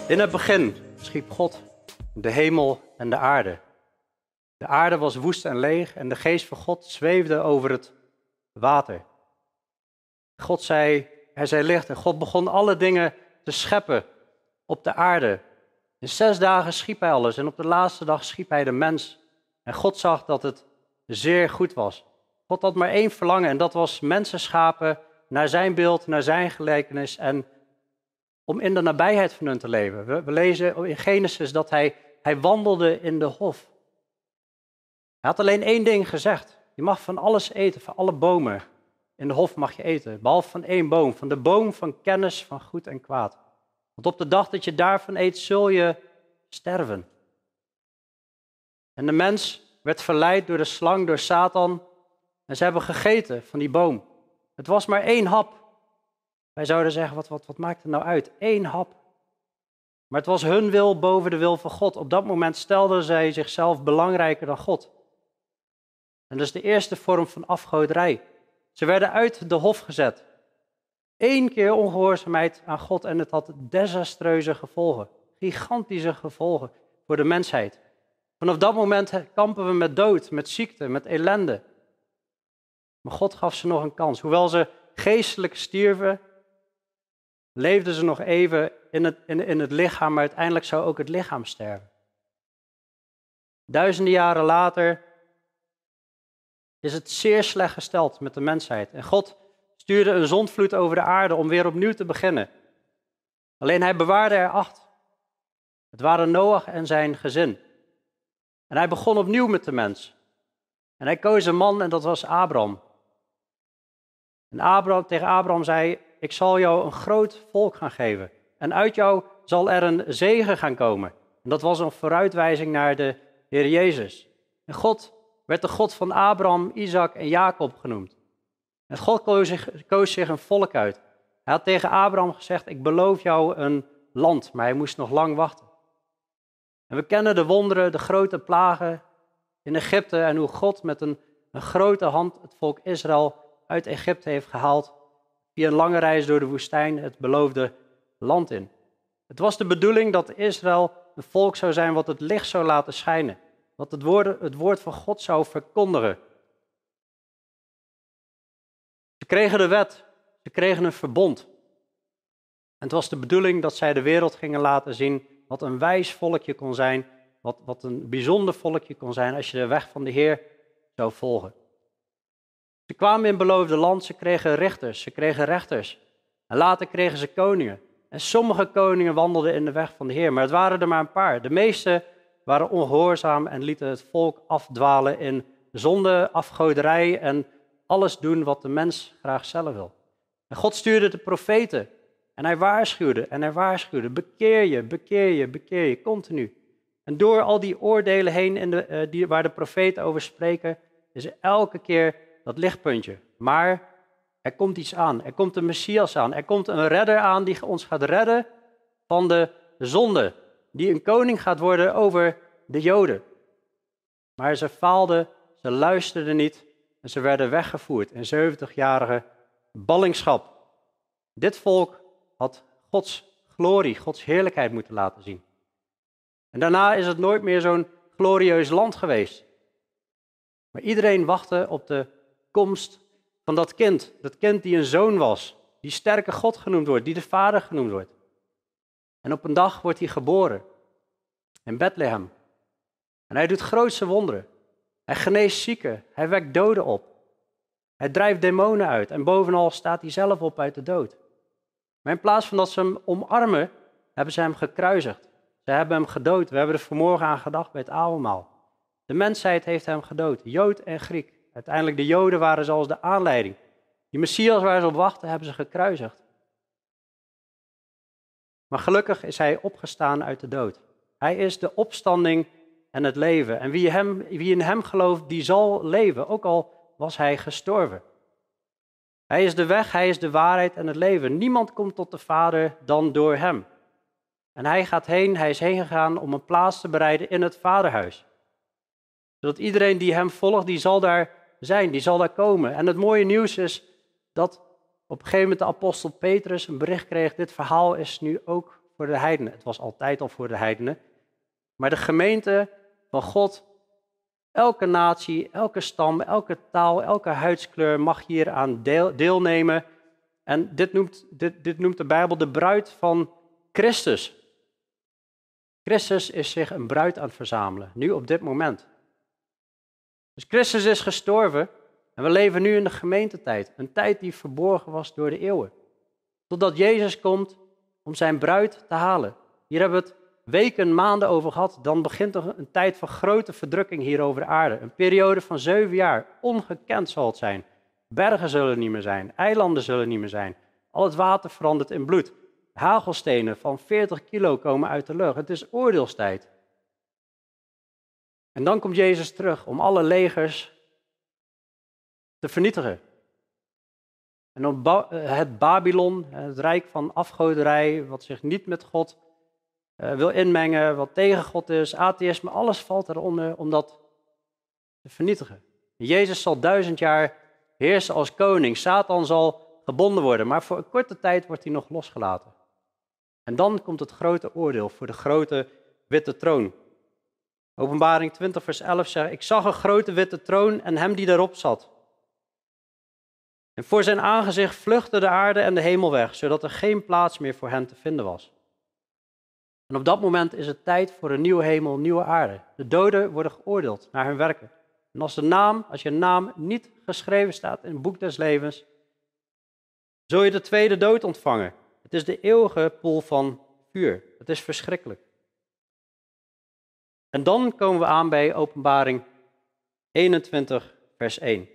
In het begin schiep God de hemel en de aarde. De aarde was woest en leeg en de geest van God zweefde over het water. Hij zei licht en God begon alle dingen te scheppen op de aarde. In 6 dagen schiep hij alles en op de laatste dag schiep hij de mens. En God zag dat het zeer goed was. God had maar 1 verlangen en dat was mensen schapen naar zijn beeld, naar zijn gelijkenis en om in de nabijheid van hun te leven. We lezen in Genesis dat hij wandelde in de hof. Hij had alleen 1 ding gezegd. Je mag van alles eten, van alle bomen. In de hof mag je eten, behalve van 1 boom. Van de boom van kennis van goed en kwaad. Want op de dag dat je daarvan eet, zul je sterven. En de mens werd verleid door de slang, door Satan. En ze hebben gegeten van die boom. Het was maar 1 hap. Wij zouden zeggen, wat maakt het nou uit? 1 hap. Maar het was hun wil boven de wil van God. Op dat moment stelden zij zichzelf belangrijker dan God. En dat is de eerste vorm van afgoderij. Ze werden uit de hof gezet. 1 keer ongehoorzaamheid aan God en het had desastreuze gevolgen. Gigantische gevolgen voor de mensheid. Vanaf dat moment kampen we met dood, met ziekte, met ellende. Maar God gaf ze nog een kans. Hoewel ze geestelijk stierven, leefden ze nog even in het lichaam, maar uiteindelijk zou ook het lichaam sterven. Duizenden jaren later is het zeer slecht gesteld met de mensheid. En God stuurde een zondvloed over de aarde om weer opnieuw te beginnen. Alleen hij bewaarde er 8. Het waren Noach en zijn gezin. En hij begon opnieuw met de mens. En hij koos een man en dat was Abraham. En tegen Abraham zei, ik zal jou een groot volk gaan geven. En uit jou zal er een zegen gaan komen. En dat was een vooruitwijzing naar de Heer Jezus. En God werd de God van Abraham, Isaac en Jacob genoemd. En God koos zich een volk uit. Hij had tegen Abraham gezegd, ik beloof jou een land, maar hij moest nog lang wachten. En we kennen de wonderen, de grote plagen in Egypte en hoe God met een grote hand het volk Israël uit Egypte heeft gehaald, via een lange reis door de woestijn het beloofde land in. Het was de bedoeling dat Israël een volk zou zijn wat het licht zou laten schijnen, wat het woord van God zou verkondigen. Ze kregen de wet, ze kregen een verbond. En het was de bedoeling dat zij de wereld gingen laten zien wat een wijs volkje kon zijn, wat een bijzonder volkje kon zijn als je de weg van de Heer zou volgen. Ze kwamen in het beloofde land, ze kregen richters, ze kregen rechters. En later kregen ze koningen. En sommige koningen wandelden in de weg van de Heer, maar het waren er maar een paar. De meeste waren ongehoorzaam en lieten het volk afdwalen in zonde, afgoderij en alles doen wat de mens graag zelf wil. En God stuurde de profeten en hij waarschuwde. Bekeer je, continu. En door al die oordelen heen waar de profeten over spreken, is er elke keer dat lichtpuntje. Maar er komt iets aan. Er komt een Messias aan. Er komt een redder aan die ons gaat redden van de zonde. Die een koning gaat worden over de Joden. Maar ze faalden, ze luisterden niet en ze werden weggevoerd in 70-jarige ballingschap. Dit volk had Gods glorie, Gods heerlijkheid moeten laten zien. En daarna is het nooit meer zo'n glorieus land geweest. Maar iedereen wachtte op de komst van dat kind die een zoon was, die sterke God genoemd wordt, die de Vader genoemd wordt. En op een dag wordt hij geboren in Bethlehem. En hij doet grootse wonderen. Hij geneest zieken, hij wekt doden op. Hij drijft demonen uit en bovenal staat hij zelf op uit de dood. Maar in plaats van dat ze hem omarmen, hebben ze hem gekruisigd. Ze hebben hem gedood. We hebben er vanmorgen aan gedacht bij het avondmaal. De mensheid heeft hem gedood, Jood en Griek. Uiteindelijk de Joden waren zelfs de aanleiding. Die Messias waar ze op wachten, hebben ze gekruisigd. Maar gelukkig is hij opgestaan uit de dood. Hij is de opstanding en het leven. En wie in hem gelooft, die zal leven, ook al was hij gestorven. Hij is de weg, hij is de waarheid en het leven. Niemand komt tot de Vader dan door hem. En hij is heen gegaan om een plaats te bereiden in het Vaderhuis. Zodat iedereen die hem volgt, die zal daar zijn, die zal daar komen. En het mooie nieuws is dat op een gegeven moment de apostel Petrus een bericht kreeg, dit verhaal is nu ook voor de heidenen. Het was altijd al voor de heidenen. Maar de gemeente van God, elke natie, elke stam, elke taal, elke huidskleur mag hier aan deelnemen. En dit noemt de Bijbel de bruid van Christus. Christus is zich een bruid aan het verzamelen, nu op dit moment. Dus Christus is gestorven en we leven nu in de gemeentetijd. Een tijd die verborgen was door de eeuwen. Totdat Jezus komt om zijn bruid te halen. Hier hebben we het weken, maanden over gehad. Dan begint er een tijd van grote verdrukking hier over de aarde. Een periode van 7 jaar. Ongekend zal het zijn. Bergen zullen niet meer zijn. Eilanden zullen niet meer zijn. Al het water verandert in bloed. Hagelstenen van 40 kilo komen uit de lucht. Het is oordeelstijd. En dan komt Jezus terug om alle legers te vernietigen. En om het Babylon, het rijk van afgoderij, wat zich niet met God wil inmengen, wat tegen God is, atheïsme, alles valt eronder om dat te vernietigen. Jezus zal 1000 jaar heersen als koning. Satan zal gebonden worden, maar voor een korte tijd wordt hij nog losgelaten. En dan komt het grote oordeel voor de grote witte troon. Openbaring 20 vers 11 zegt, ik zag een grote witte troon en hem die daarop zat. En voor zijn aangezicht vluchtte de aarde en de hemel weg, zodat er geen plaats meer voor hen te vinden was. En op dat moment is het tijd voor een nieuwe hemel, een nieuwe aarde. De doden worden geoordeeld naar hun werken. En als je naam niet geschreven staat in het boek des levens, zul je de tweede dood ontvangen. Het is de eeuwige poel van vuur. Het is verschrikkelijk. En dan komen we aan bij Openbaring 21 vers 1.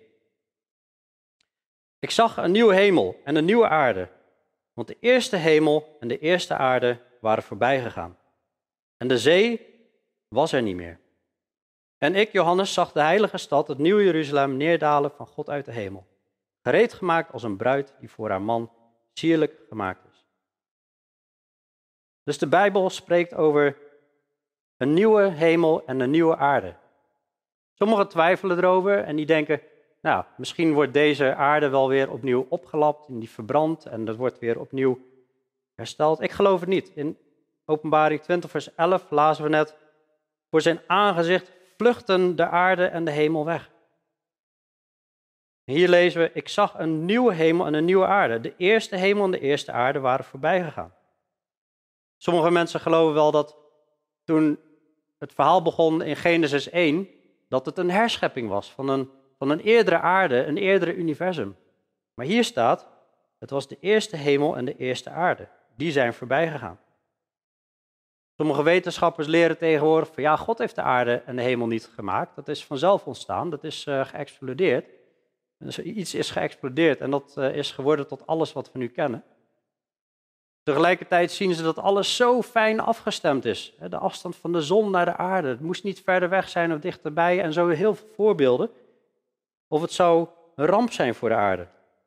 Ik zag een nieuwe hemel en een nieuwe aarde, want de eerste hemel en de eerste aarde waren voorbij gegaan. En de zee was er niet meer. En ik, Johannes, zag de heilige stad, het nieuwe Jeruzalem, neerdalen van God uit de hemel. Gereed gemaakt als een bruid die voor haar man sierlijk gemaakt is. Dus de Bijbel spreekt over een nieuwe hemel en een nieuwe aarde. Sommigen twijfelen erover en die denken, nou, misschien wordt deze aarde wel weer opnieuw opgelapt en die verbrandt en dat wordt weer opnieuw hersteld. Ik geloof het niet. In Openbaring 20 vers 11 lazen we net, voor zijn aangezicht vluchten de aarde en de hemel weg. En hier lezen we, ik zag een nieuwe hemel en een nieuwe aarde. De eerste hemel en de eerste aarde waren voorbij gegaan. Sommige mensen geloven wel dat toen het verhaal begon in Genesis 1, dat het een herschepping was van een eerdere aarde, een eerdere universum. Maar hier staat, het was de eerste hemel en de eerste aarde. Die zijn voorbij gegaan. Sommige wetenschappers leren tegenwoordig van ja, God heeft de aarde en de hemel niet gemaakt. Dat is vanzelf ontstaan, dat is geëxplodeerd. Dus iets is geëxplodeerd en dat is geworden tot alles wat we nu kennen. Tegelijkertijd zien ze dat alles zo fijn afgestemd is. De afstand van de zon naar de aarde. Het moest niet verder weg zijn of dichterbij. En zo heel veel voorbeelden. Of het zou een ramp zijn voor de aarde.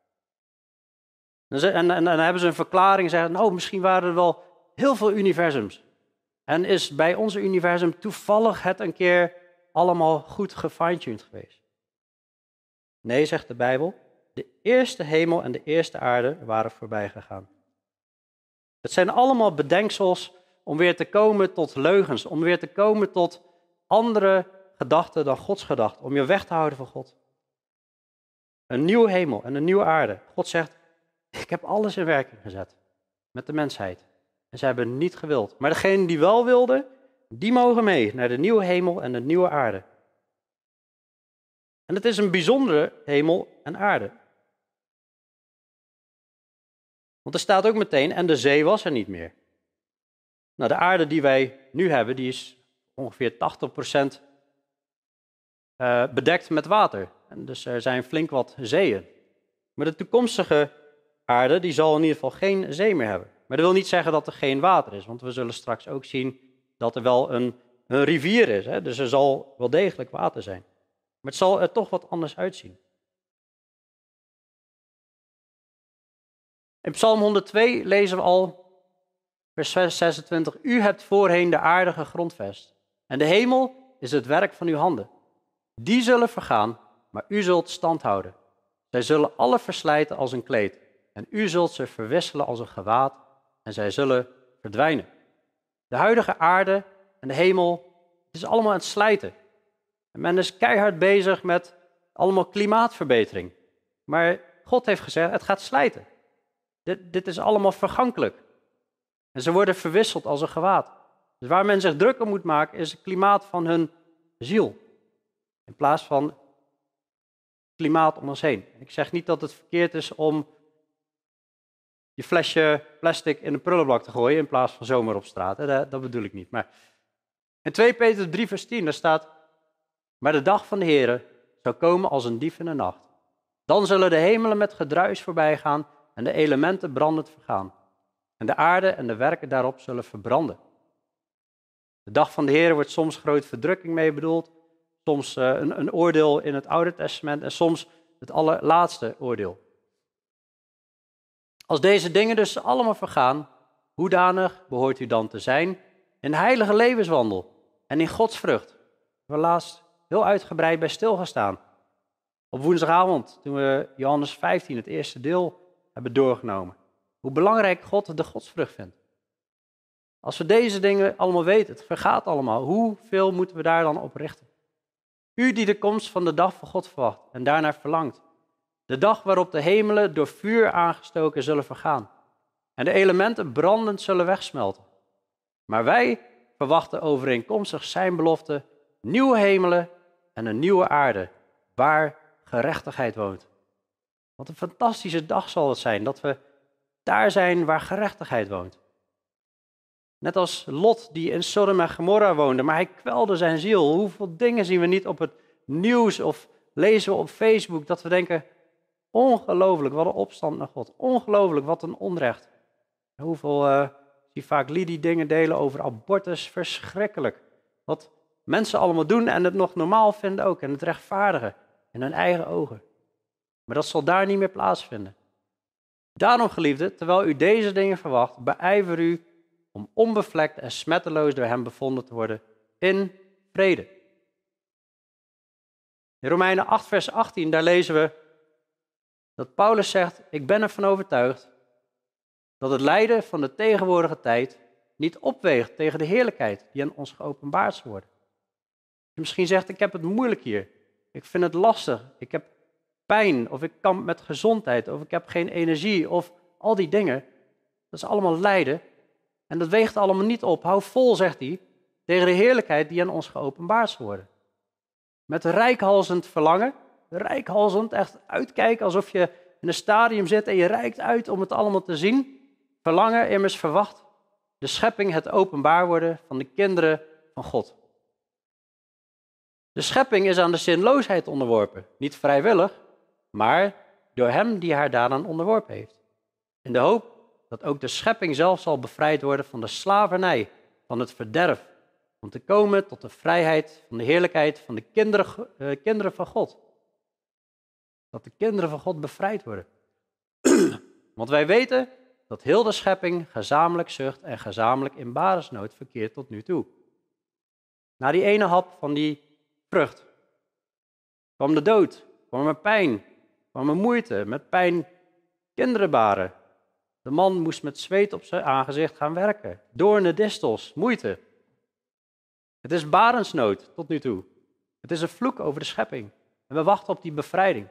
En dan hebben ze een verklaring. Zeggen, nou, misschien waren er wel heel veel universums. En is bij onze universum toevallig het een keer allemaal goed gefine-tuned geweest. Nee, zegt de Bijbel. De eerste hemel en de eerste aarde waren voorbij gegaan. Het zijn allemaal bedenksels om weer te komen tot leugens, om weer te komen tot andere gedachten dan Gods gedachten, om je weg te houden van God. Een nieuwe hemel en een nieuwe aarde. God zegt, ik heb alles in werking gezet met de mensheid. En ze hebben niet gewild. Maar degenen die wel wilden, die mogen mee naar de nieuwe hemel en de nieuwe aarde. En het is een bijzondere hemel en aarde. Want er staat ook meteen, en de zee was er niet meer. Nou, de aarde die wij nu hebben, die is ongeveer 80% bedekt met water. En dus er zijn flink wat zeeën. Maar de toekomstige aarde, die zal in ieder geval geen zee meer hebben. Maar dat wil niet zeggen dat er geen water is, want we zullen straks ook zien dat er wel een rivier is. Hè? Dus er zal wel degelijk water zijn. Maar het zal er toch wat anders uitzien. In Psalm 102 lezen we al, vers 26, u hebt voorheen de aarde gegrondvest. En de hemel is het werk van uw handen. Die zullen vergaan, maar u zult stand houden. Zij zullen alle verslijten als een kleed. En u zult ze verwisselen als een gewaad. En zij zullen verdwijnen. De huidige aarde en de hemel, het is allemaal aan het slijten. En men is keihard bezig met allemaal klimaatverbetering. Maar God heeft gezegd, het gaat slijten. Dit is allemaal vergankelijk. En ze worden verwisseld als een gewaad. Dus waar men zich druk om moet maken, is het klimaat van hun ziel. In plaats van het klimaat om ons heen. Ik zeg niet dat het verkeerd is om je flesje plastic in een prullenbak te gooien in plaats van zomaar op straat. Dat bedoel ik niet. Maar in 2 Petrus 3 vers 10, daar staat: maar de dag van de Heere zal komen als een dief in de nacht. Dan zullen de hemelen met gedruis voorbij gaan en de elementen brandend vergaan. En de aarde en de werken daarop zullen verbranden. De dag van de Heer wordt soms grote verdrukking mee bedoeld, soms een oordeel in het Oude Testament en soms het allerlaatste oordeel. Als deze dingen dus allemaal vergaan, hoedanig behoort u dan te zijn in heilige levenswandel en in Gods vrucht? We laatst heel uitgebreid bij stilgestaan. Op woensdagavond, toen we Johannes 15, het eerste deel, hebben doorgenomen. Hoe belangrijk God de godsvrucht vindt. Als we deze dingen allemaal weten, het vergaat allemaal, hoeveel moeten we daar dan op richten? U die de komst van de dag van God verwacht en daarnaar verlangt. De dag waarop de hemelen door vuur aangestoken zullen vergaan. En de elementen brandend zullen wegsmelten. Maar wij verwachten overeenkomstig zijn belofte nieuwe hemelen en een nieuwe aarde, waar gerechtigheid woont. Wat een fantastische dag zal het zijn, dat we daar zijn waar gerechtigheid woont. Net als Lot die in Sodom en Gomorra woonde, maar hij kwelde zijn ziel. Hoeveel dingen zien we niet op het nieuws of lezen we op Facebook dat we denken, ongelooflijk, wat een opstand naar God. Ongelooflijk, wat een onrecht. Hoeveel zie vaak Lidie dingen delen over abortus, verschrikkelijk. Wat mensen allemaal doen en het nog normaal vinden ook en het rechtvaardigen in hun eigen ogen. Maar dat zal daar niet meer plaatsvinden. Daarom, geliefden, terwijl u deze dingen verwacht, beijver u om onbevlekt en smetteloos door hem bevonden te worden in vrede. In Romeinen 8 vers 18, daar lezen we dat Paulus zegt, ik ben ervan overtuigd dat het lijden van de tegenwoordige tijd niet opweegt tegen de heerlijkheid die aan ons geopenbaard zal worden. Je misschien zegt, ik heb het moeilijk hier, ik vind het lastig, ik heb pijn of ik kamp met gezondheid of ik heb geen energie of al die dingen. Dat is allemaal lijden en dat weegt allemaal niet op. Hou vol, zegt hij, tegen de heerlijkheid die aan ons geopenbaard zal worden. Met reikhalzend verlangen, reikhalzend, echt uitkijken alsof je in een stadium zit en je reikt uit om het allemaal te zien. Verlangen immers verwacht de schepping het openbaar worden van de kinderen van God. De schepping is aan de zinloosheid onderworpen, niet vrijwillig, maar door hem die haar daaraan onderworpen heeft. In de hoop dat ook de schepping zelf zal bevrijd worden van de slavernij, van het verderf, om te komen tot de vrijheid van de heerlijkheid van de kinderen van God. Dat de kinderen van God bevrijd worden. Want wij weten dat heel de schepping gezamenlijk zucht en gezamenlijk in baresnood verkeert tot nu toe. Na die ene hap van die vrucht kwam de dood, kwam er pijn, kwam er moeite, met pijn kinderen baren. De man moest met zweet op zijn aangezicht gaan werken, doornen, distels, moeite. Het is barensnood tot nu toe. Het is een vloek over de schepping en we wachten op die bevrijding.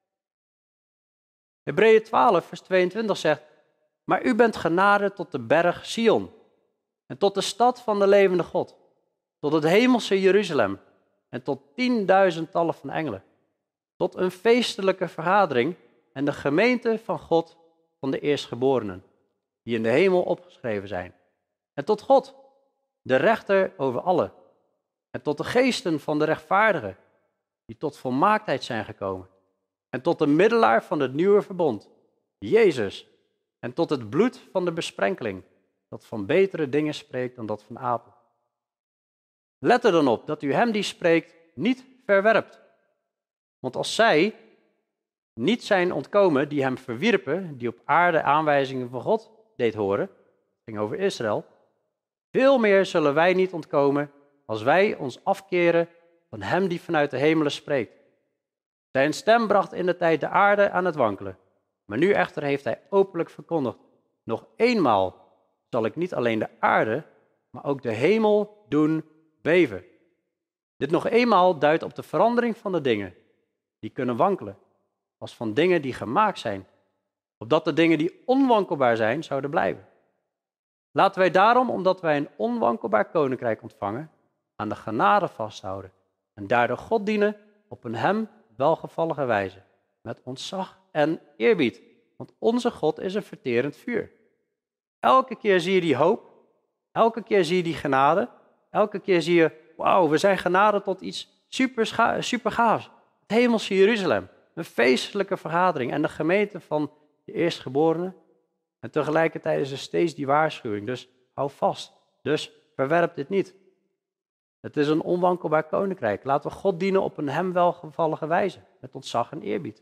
Hebreeën 12 vers 22 zegt, maar u bent genaderd tot de berg Sion en tot de stad van de levende God, tot het hemelse Jeruzalem en tot 10.000-tallen van engelen, tot een feestelijke vergadering en de gemeente van God van de eerstgeborenen, die in de hemel opgeschreven zijn. En tot God, de rechter over allen, en tot de geesten van de rechtvaardigen, die tot volmaaktheid zijn gekomen, en tot de middelaar van het nieuwe verbond, Jezus, en tot het bloed van de besprenkeling, dat van betere dingen spreekt dan dat van Abel. Let er dan op dat u hem die spreekt niet verwerpt. Want als zij niet zijn ontkomen die hem verwierpen, die op aarde aanwijzingen van God deed horen, het ging over Israël, veel meer zullen wij niet ontkomen als wij ons afkeren van hem die vanuit de hemelen spreekt. Zijn stem bracht in de tijd de aarde aan het wankelen, maar nu echter heeft hij openlijk verkondigd, nog eenmaal zal ik niet alleen de aarde, maar ook de hemel doen beven. Dit nog eenmaal duidt op de verandering van de dingen die kunnen wankelen, als van dingen die gemaakt zijn, opdat de dingen die onwankelbaar zijn, zouden blijven. Laten wij daarom, omdat wij een onwankelbaar koninkrijk ontvangen, aan de genade vasthouden en daardoor God dienen op een hem welgevallige wijze, met ontzag en eerbied. Want onze God is een verterend vuur. Elke keer zie je die hoop, elke keer zie je die genade, elke keer zie je, wauw, we zijn genade tot iets super gaafs. Het hemelse Jeruzalem, een feestelijke vergadering en de gemeente van de eerstgeborenen. En tegelijkertijd is er steeds die waarschuwing, dus hou vast. Dus verwerp dit niet. Het is een onwankelbaar koninkrijk. Laten we God dienen op een hem welgevallige wijze, met ontzag en eerbied.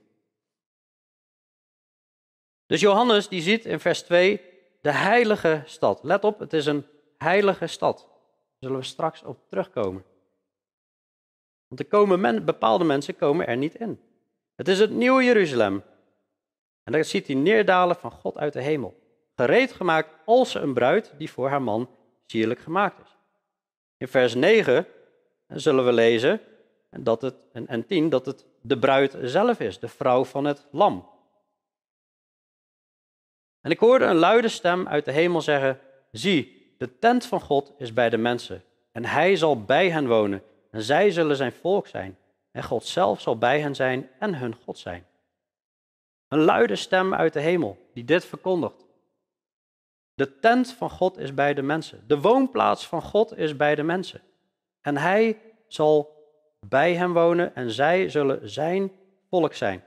Dus Johannes die ziet in vers 2 de heilige stad. Let op, het is een heilige stad. Daar zullen we straks op terugkomen. Want bepaalde mensen komen er niet in. Het is het nieuwe Jeruzalem. En daar ziet hij neerdalen van God uit de hemel. Gereed gemaakt als een bruid die voor haar man sierlijk gemaakt is. In vers 9 zullen we lezen en 10 dat het de bruid zelf is, de vrouw van het lam. En ik hoorde een luide stem uit de hemel zeggen, zie, de tent van God is bij de mensen. En hij zal bij hen wonen en zij zullen zijn volk zijn. En God zelf zal bij hen zijn en hun God zijn. Een luide stem uit de hemel die dit verkondigt. De tent van God is bij de mensen. De woonplaats van God is bij de mensen. En hij zal bij hen wonen en zij zullen zijn volk zijn.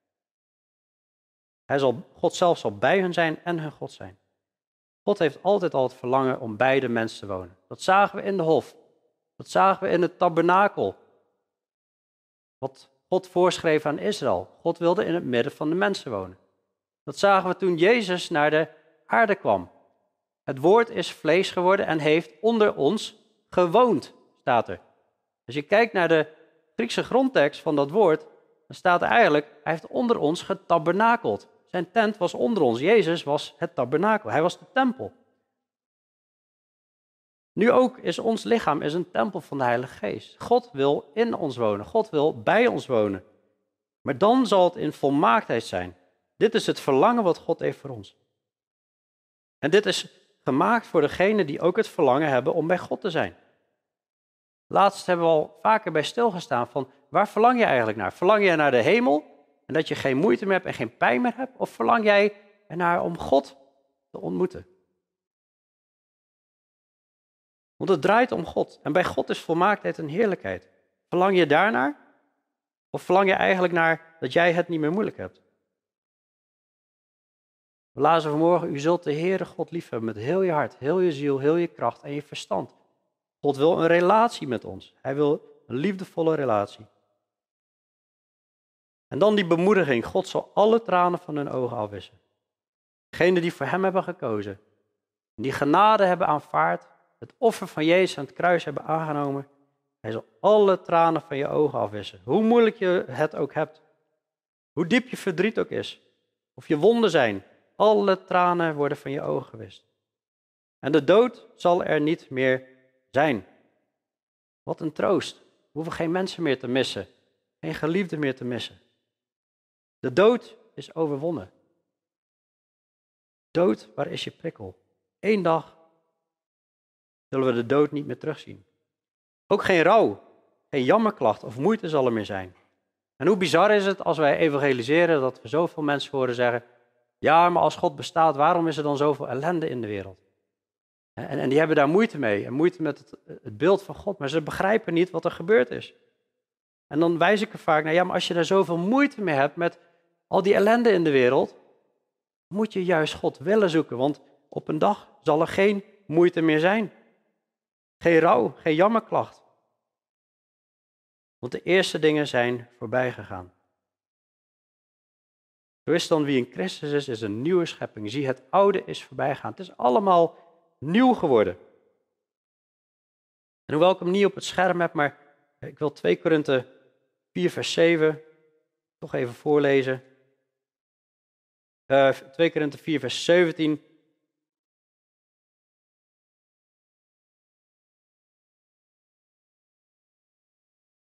God zelf zal bij hen zijn en hun God zijn. God heeft altijd al het verlangen om bij de mensen te wonen. Dat zagen we in de hof. Dat zagen we in het tabernakel. Wat God voorschreef aan Israël. God wilde in het midden van de mensen wonen. Dat zagen we toen Jezus naar de aarde kwam. Het woord is vlees geworden en heeft onder ons gewoond, staat er. Als je kijkt naar de Griekse grondtekst van dat woord, dan staat er eigenlijk, hij heeft onder ons getabernakeld. Zijn tent was onder ons. Jezus was het tabernakel. Hij was de tempel. Nu ook is ons lichaam een tempel van de Heilige Geest. God wil in ons wonen. God wil bij ons wonen. Maar dan zal het in volmaaktheid zijn. Dit is het verlangen wat God heeft voor ons. En dit is gemaakt voor degenen die ook het verlangen hebben om bij God te zijn. Laatst hebben we al vaker bij stilgestaan van, waar verlang je eigenlijk naar? Verlang jij naar de hemel en dat je geen moeite meer hebt en geen pijn meer hebt? Of verlang jij ernaar om God te ontmoeten? Want het draait om God. En bij God is volmaaktheid een heerlijkheid. Verlang je daarnaar? Of verlang je eigenlijk naar dat jij het niet meer moeilijk hebt? We lazen vanmorgen, u zult de Heere God liefhebben met heel je hart, heel je ziel, heel je kracht en je verstand. God wil een relatie met ons. Hij wil een liefdevolle relatie. En dan die bemoediging. God zal alle tranen van hun ogen afwissen. Degenen die voor hem hebben gekozen. Die genade hebben aanvaard. Het offer van Jezus aan het kruis hebben aangenomen. Hij zal alle tranen van je ogen afwissen. Hoe moeilijk je het ook hebt. Hoe diep je verdriet ook is. Of je wonden zijn. Alle tranen worden van je ogen gewist. En de dood zal er niet meer zijn. Wat een troost. We hoeven geen mensen meer te missen. Geen geliefden meer te missen. De dood is overwonnen. Dood, waar is je prikkel? Eén dag zullen we de dood niet meer terugzien. Ook geen rouw, geen jammerklacht of moeite zal er meer zijn. En hoe bizar is het als wij evangeliseren dat we zoveel mensen horen zeggen, ja, maar als God bestaat, waarom is er dan zoveel ellende in de wereld? En die hebben daar moeite mee. En moeite met het beeld van God. Maar ze begrijpen niet wat er gebeurd is. En dan wijs ik er vaak naar, ja, maar als je daar zoveel moeite mee hebt met al die ellende in de wereld, moet je juist God willen zoeken. Want op een dag zal er geen moeite meer zijn. Geen rouw, geen jammerklacht. Want de eerste dingen zijn voorbij gegaan. Zo is dan wie in Christus is een nieuwe schepping. Zie, het oude is voorbij gegaan. Het is allemaal nieuw geworden. En hoewel ik hem niet op het scherm heb, maar ik wil 2 Korinthe 4 vers 7 toch even voorlezen. 2 Korinthe 4 vers 17.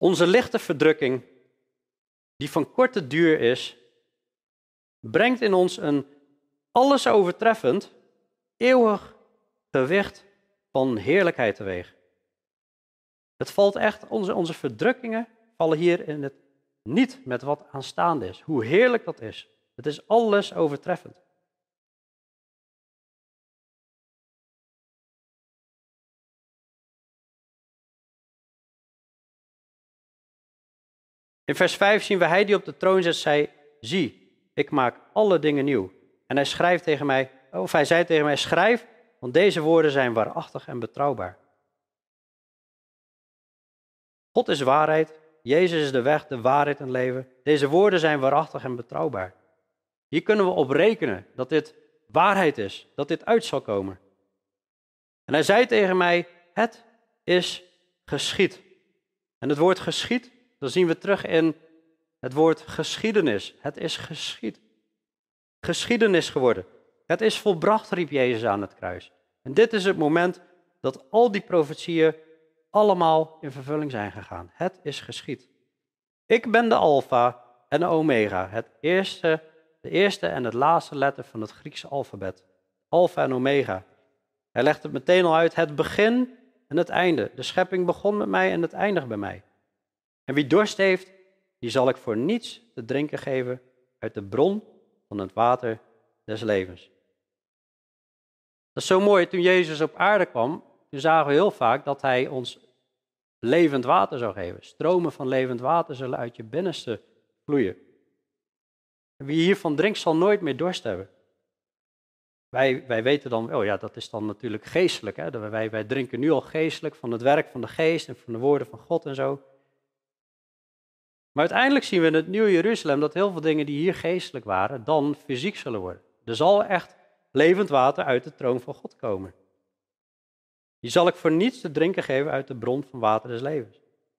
Onze lichte verdrukking, die van korte duur is, brengt in ons een alles overtreffend, eeuwig gewicht van heerlijkheid teweeg. Het valt echt, onze verdrukkingen vallen hier in het niet met wat aanstaande is. Hoe heerlijk dat is. Het is alles overtreffend. In vers 5 zien we hij die op de troon zit, zei, zie, ik maak alle dingen nieuw. En hij zei tegen mij, schrijf, want deze woorden zijn waarachtig en betrouwbaar. God is waarheid, Jezus is de weg, de waarheid en het leven. Deze woorden zijn waarachtig en betrouwbaar. Hier kunnen we op rekenen dat dit waarheid is, dat dit uit zal komen. En hij zei tegen mij, het is geschied. En het woord geschied, dat zien we terug in het woord geschiedenis. Het is geschied. Geschiedenis geworden. Het is volbracht, riep Jezus aan het kruis. En dit is het moment dat al die profetieën allemaal in vervulling zijn gegaan. Het is geschied. Ik ben de Alpha en de Omega. De eerste en het laatste letter van het Griekse alfabet. Alpha en Omega. Hij legt het meteen al uit. Het begin en het einde. De schepping begon met mij en het eindigt bij mij. En wie dorst heeft, die zal ik voor niets te drinken geven uit de bron van het water des levens. Dat is zo mooi. Toen Jezus op aarde kwam, toen zagen we heel vaak dat hij ons levend water zou geven. Stromen van levend water zullen uit je binnenste vloeien. En wie hiervan drinkt, zal nooit meer dorst hebben. Wij weten dan, oh ja, dat is dan natuurlijk geestelijk. Hè? Wij drinken nu al geestelijk van het werk van de geest en van de woorden van God en zo. Maar uiteindelijk zien we in het Nieuwe Jeruzalem dat heel veel dingen die hier geestelijk waren, dan fysiek zullen worden. Er zal echt levend water uit de troon van God komen. Die zal ik voor niets te drinken geven uit de bron van water des levens.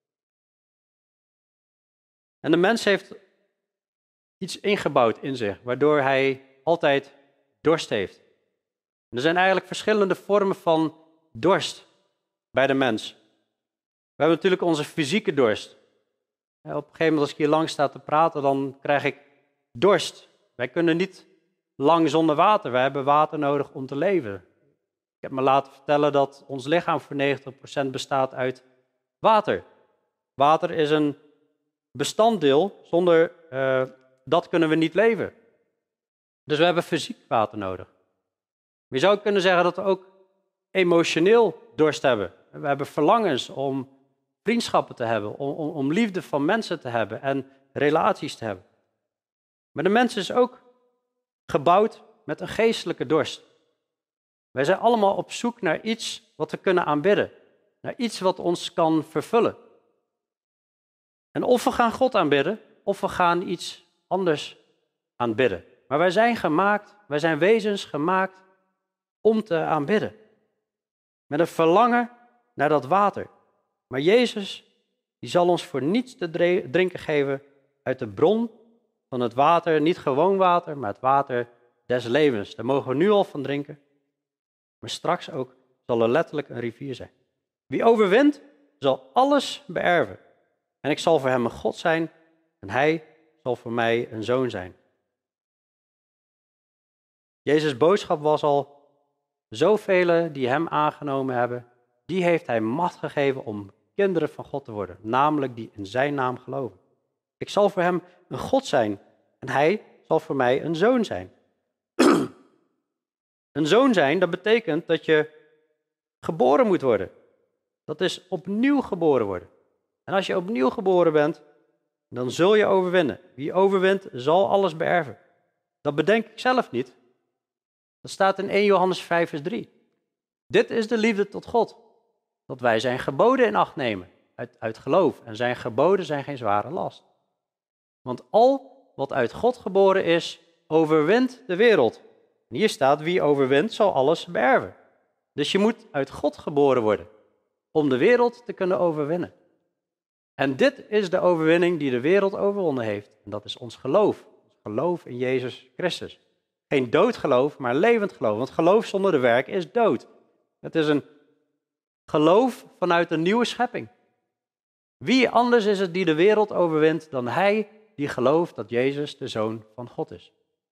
En de mens heeft iets ingebouwd in zich, waardoor hij altijd dorst heeft. En er zijn eigenlijk verschillende vormen van dorst bij de mens. We hebben natuurlijk onze fysieke dorst. Op een gegeven moment als ik hier lang sta te praten, dan krijg ik dorst. Wij kunnen niet lang zonder water. Wij hebben water nodig om te leven. Ik heb me laten vertellen dat ons lichaam voor 90% bestaat uit water. Water is een bestanddeel. Zonder dat kunnen we niet leven. Dus we hebben fysiek water nodig. Je zou kunnen zeggen dat we ook emotioneel dorst hebben. We hebben verlangens om vriendschappen te hebben, om liefde van mensen te hebben en relaties te hebben. Maar de mens is ook gebouwd met een geestelijke dorst. Wij zijn allemaal op zoek naar iets wat we kunnen aanbidden. Naar iets wat ons kan vervullen. En of we gaan God aanbidden, of we gaan iets anders aanbidden. Maar wij zijn wezens gemaakt om te aanbidden. Met een verlangen naar dat water. Maar Jezus, die zal ons voor niets te drinken geven uit de bron van het water. Niet gewoon water, maar het water des levens. Daar mogen we nu al van drinken. Maar straks ook zal er letterlijk een rivier zijn. Wie overwint, zal alles beërven. En ik zal voor hem een God zijn en hij zal voor mij een zoon zijn. Jezus' boodschap was al, zoveel die hem aangenomen hebben, die heeft hij macht gegeven om kinderen van God te worden. Namelijk die in zijn naam geloven. Ik zal voor hem een God zijn en hij zal voor mij een zoon zijn. Een zoon zijn, dat betekent dat je geboren moet worden. Dat is opnieuw geboren worden. En als je opnieuw geboren bent, dan zul je overwinnen. Wie overwint, zal alles beërven. Dat bedenk ik zelf niet. Dat staat in 1 Johannes 5 vers 3. Dit is de liefde tot God. Dat wij zijn geboden in acht nemen. Uit geloof. En zijn geboden zijn geen zware last. Want al wat uit God geboren is, overwint de wereld. En hier staat, wie overwint, zal alles beërven. Dus je moet uit God geboren worden. Om de wereld te kunnen overwinnen. En dit is de overwinning die de wereld overwonnen heeft. En dat is ons geloof. Ons geloof in Jezus Christus. Geen doodgeloof, maar levend geloof. Want geloof zonder de werk is dood. Het is een geloof vanuit een nieuwe schepping. Wie anders is het die de wereld overwint dan hij die gelooft dat Jezus de Zoon van God is?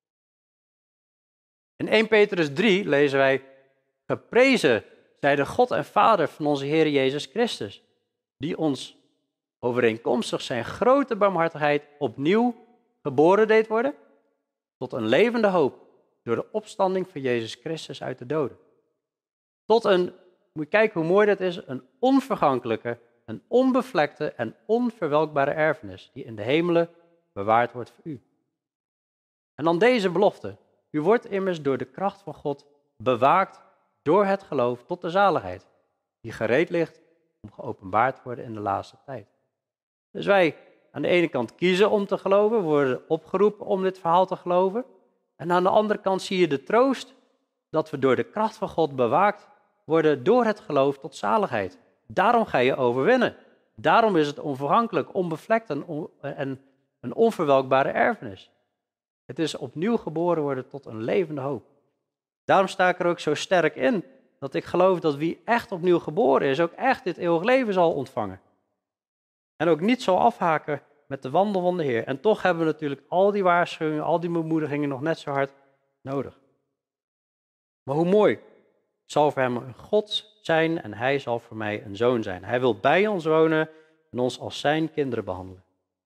In 1 Petrus 3 lezen wij: geprezen zij de God en Vader van onze Heer Jezus Christus, die ons overeenkomstig zijn grote barmhartigheid opnieuw geboren deed worden tot een levende hoop door de opstanding van Jezus Christus uit de doden. Tot een, moet je kijken hoe mooi dat is, een onvergankelijke, een onbevlekte en onverwelkbare erfenis die in de hemelen bewaard wordt voor u. En dan deze belofte: u wordt immers door de kracht van God bewaakt door het geloof tot de zaligheid, die gereed ligt om geopenbaard te worden in de laatste tijd. Dus wij aan de ene kant kiezen om te geloven, worden opgeroepen om dit verhaal te geloven. En aan de andere kant zie je de troost dat we door de kracht van God bewaakt worden door het geloof tot zaligheid. Daarom ga je overwinnen. Daarom is het onvergankelijk, onbevlekt en een onverwelkbare erfenis. Het is opnieuw geboren worden tot een levende hoop. Daarom sta ik er ook zo sterk in dat ik geloof dat wie echt opnieuw geboren is, ook echt dit eeuwig leven zal ontvangen. En ook niet zal afhaken met de wandel van de Heer. En toch hebben we natuurlijk al die waarschuwingen, al die bemoedigingen nog net zo hard nodig. Maar hoe mooi. Ik zal voor hem een God zijn en hij zal voor mij een zoon zijn. Hij wil bij ons wonen en ons als zijn kinderen behandelen.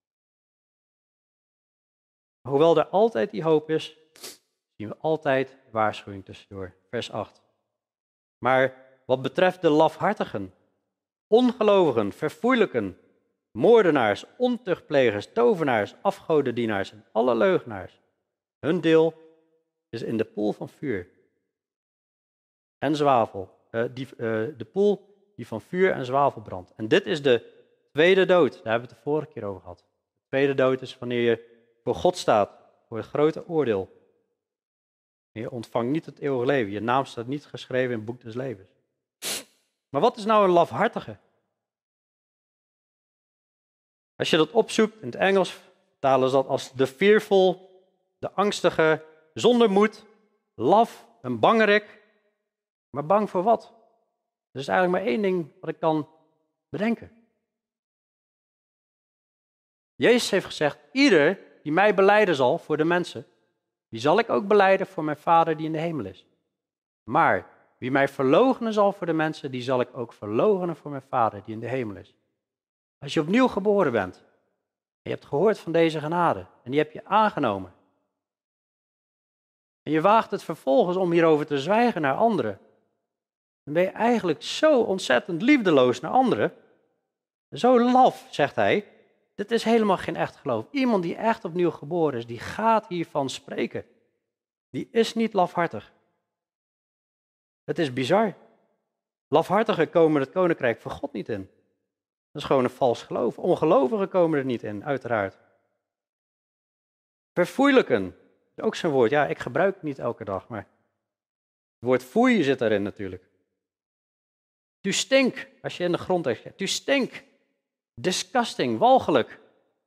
Maar hoewel er altijd die hoop is, zien we altijd waarschuwing tussendoor. Vers 8. Maar wat betreft de lafhartigen, ongelovigen, verfoeilijken, moordenaars, ontuchtplegers, tovenaars, afgodendienaars en alle leugenaars, hun deel is in de poel van vuur en zwavel. De poel die van vuur en zwavel brandt. En dit is de tweede dood. Daar hebben we het de vorige keer over gehad. De tweede dood is wanneer je voor God staat, voor het grote oordeel. En je ontvangt niet het eeuwige leven. Je naam staat niet geschreven in het boek des levens. Maar wat is nou een lafhartige? Als je dat opzoekt in het Engels, vertalen ze dat als de fearful, de angstige, zonder moed, laf, een bangerik. Maar bang voor wat? Er is eigenlijk maar één ding wat ik kan bedenken. Jezus heeft gezegd, ieder die mij belijden zal voor de mensen, die zal ik ook belijden voor mijn Vader die in de hemel is. Maar wie mij verloochenen zal voor de mensen, die zal ik ook verloochenen voor mijn Vader die in de hemel is. Als je opnieuw geboren bent, en je hebt gehoord van deze genade, en die heb je aangenomen, en je waagt het vervolgens om hierover te zwijgen naar anderen, dan ben je eigenlijk zo ontzettend liefdeloos naar anderen. Zo laf, zegt hij. Dit is helemaal geen echt geloof. Iemand die echt opnieuw geboren is, die gaat hiervan spreken. Die is niet lafhartig. Het is bizar. Lafhartigen komen het koninkrijk van God niet in. Dat is gewoon een vals geloof. Ongelovigen komen er niet in, uiteraard. Verfoeilijken, ook zo'n woord. Ja, ik gebruik het niet elke dag, maar het woord foei zit daarin natuurlijk. Tu stink, als je in de grond hebt. Tu stink. Disgusting, walgelijk.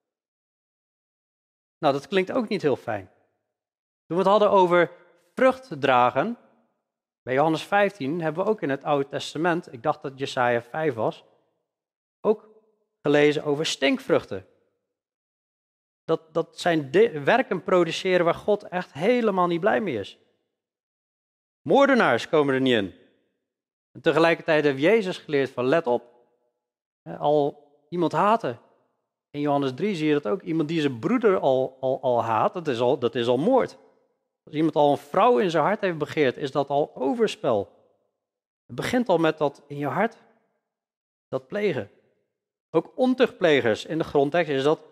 Nou, dat klinkt ook niet heel fijn. Toen we het hadden over vrucht dragen, bij Johannes 15 hebben we ook in het Oude Testament, ik dacht dat Jesaja 5 was, ook gelezen over stinkvruchten. Dat zijn werken produceren waar God echt helemaal niet blij mee is. Moordenaars komen er niet in. En tegelijkertijd heeft Jezus geleerd van let op, al iemand haten. In Johannes 3 zie je dat ook. Iemand die zijn broeder al haat, dat is al moord. Als iemand al een vrouw in zijn hart heeft begeerd, is dat al overspel. Het begint al met dat in je hart, dat plegen. Ook ontuchtplegers in de grondtekst is dat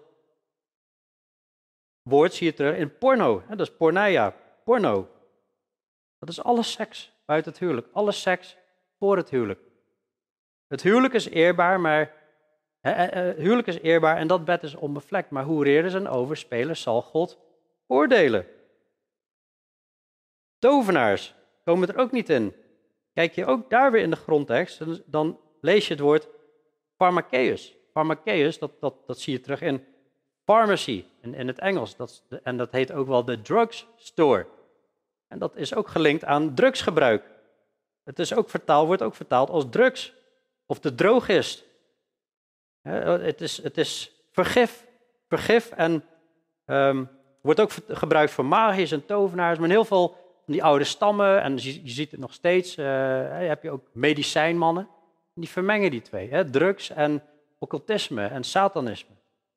woord zie je terug in porno. Dat is porneia, porno. Dat is alle seks buiten het huwelijk. Alle seks voor het huwelijk. Het huwelijk is eerbaar, maar huwelijk is eerbaar en dat bed is onbevlekt. Maar hoereerders en overspelers zal God oordelen. Tovenaars komen er ook niet in. Kijk je ook daar weer in de grondtekst, dan lees je het woord pharmakeus. Pharmakeus, dat zie je terug in pharmacy, in het Engels. En dat heet ook wel de drugstore. En dat is ook gelinkt aan drugsgebruik. Het is ook wordt ook vertaald als drugs of de drogist. Het is vergif en wordt ook gebruikt voor magiërs en tovenaars. Maar in heel veel van die oude stammen, en je ziet het nog steeds, heb je ook medicijnmannen. Die vermengen die twee, drugs en occultisme en satanisme.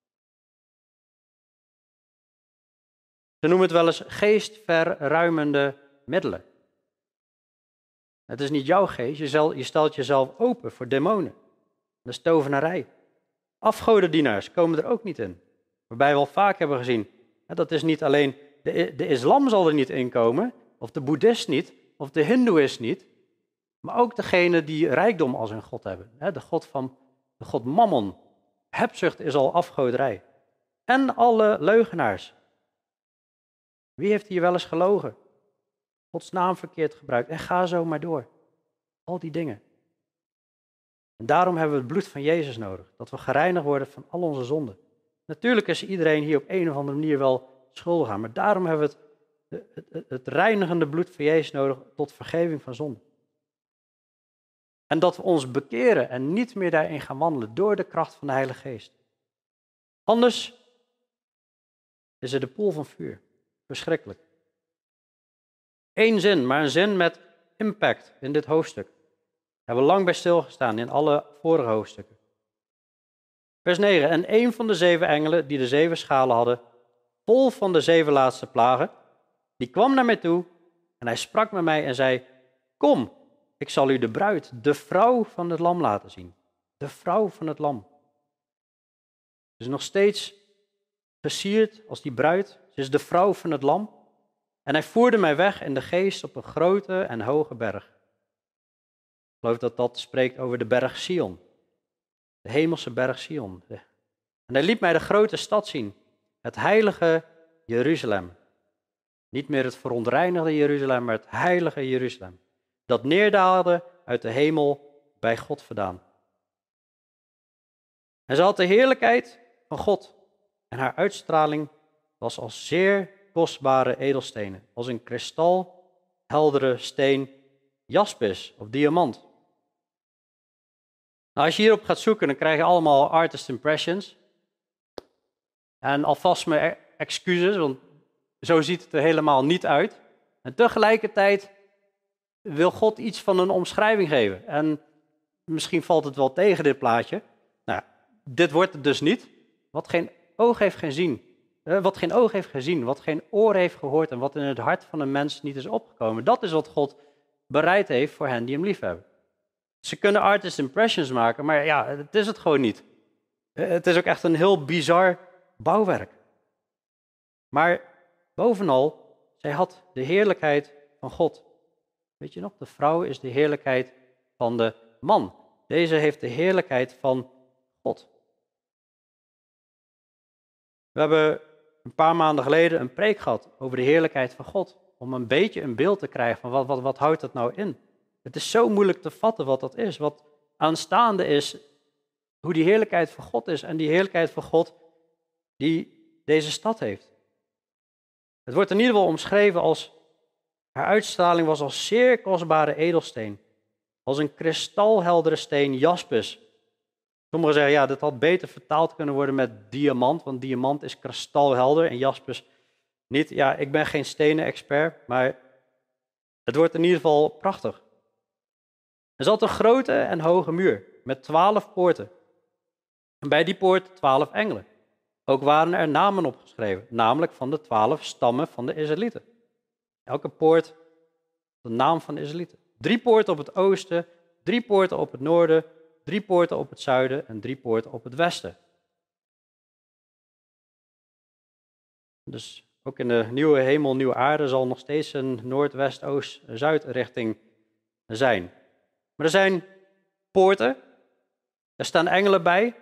Ze noemen het wel eens geestverruimende middelen. Het is niet jouw geest, je stelt jezelf open voor demonen. Dat is tovenarij. Afgodendienaars komen er ook niet in. Waarbij we al vaak hebben gezien, dat is niet alleen, de islam zal er niet in komen, of de boeddhist niet, of de hindoeïst niet, maar ook degene die rijkdom als hun god hebben. De god Mammon. Hebzucht is al afgoderij. En alle leugenaars. Wie heeft hier wel eens gelogen? Gods naam verkeerd gebruikt. En ga zo maar door. Al die dingen. En daarom hebben we het bloed van Jezus nodig. Dat we gereinigd worden van al onze zonden. Natuurlijk is iedereen hier op een of andere manier wel schuldig aan. Maar daarom hebben we het reinigende bloed van Jezus nodig tot vergeving van zonde. En dat we ons bekeren en niet meer daarin gaan wandelen door de kracht van de Heilige Geest. Anders is er de poel van vuur. Verschrikkelijk. Eén zin, maar een zin met impact in dit hoofdstuk. Daar hebben we lang bij stilgestaan in alle vorige hoofdstukken. Vers 9. En een van de 7 engelen die de 7 schalen hadden, vol van de 7 laatste plagen, die kwam naar mij toe en hij sprak met mij en zei, kom, ik zal u de bruid, de vrouw van het lam laten zien. De vrouw van het lam. Ze is nog steeds versierd als die bruid. Ze is de vrouw van het lam. En hij voerde mij weg in de geest op een grote en hoge berg. Ik geloof dat dat spreekt over de berg Sion. De hemelse berg Sion. En hij liet mij de grote stad zien. Het heilige Jeruzalem. Niet meer het verontreinigde Jeruzalem, maar het heilige Jeruzalem. Dat neerdaalde uit de hemel bij God vandaan. En ze had de heerlijkheid van God. En haar uitstraling was als zeer kostbare edelstenen. Als een kristalheldere steen jaspis of diamant. Nou, als je hierop gaat zoeken, dan krijg je allemaal artist impressions. En alvast mijn excuses, want zo ziet het er helemaal niet uit. En tegelijkertijd wil God iets van een omschrijving geven. En misschien valt het wel tegen dit plaatje. Nou, dit wordt het dus niet. Wat geen oog heeft gezien. Wat geen oog heeft gezien, wat geen oor heeft gehoord en wat in het hart van een mens niet is opgekomen. Dat is wat God bereid heeft voor hen die hem liefhebben. Ze kunnen artist impressions maken, maar ja, het is het gewoon niet. Het is ook echt een heel bizar bouwwerk. Maar bovenal, zij had de heerlijkheid van God. Weet je nog, de vrouw is de heerlijkheid van de man. Deze heeft de heerlijkheid van God. We hebben een paar maanden geleden een preek gehad over de heerlijkheid van God. Om een beetje een beeld te krijgen van wat houdt dat nou in. Het is zo moeilijk te vatten wat dat is. Wat aanstaande is, hoe die heerlijkheid van God is. En die heerlijkheid van God die deze stad heeft. Het wordt in ieder geval omschreven als, haar uitstraling was als zeer kostbare edelsteen. Als een kristalheldere steen jaspis. Sommigen zeggen, ja, dat had beter vertaald kunnen worden met diamant, want diamant is kristalhelder en jaspis niet. Ja, ik ben geen stenen-expert, maar het wordt in ieder geval prachtig. Er zat een grote en hoge muur met 12 poorten. En bij die poort 12 engelen. Ook waren er namen opgeschreven, namelijk van de 12 stammen van de Israëlieten. Elke poort de naam van de Israëlieten. 3 poorten op het oosten, 3 poorten op het noorden, 3 poorten op het zuiden en 3 poorten op het westen. Dus ook in de nieuwe hemel, nieuwe aarde zal nog steeds een noord-west, oost, zuid richting zijn. Maar er zijn poorten, er staan engelen bij.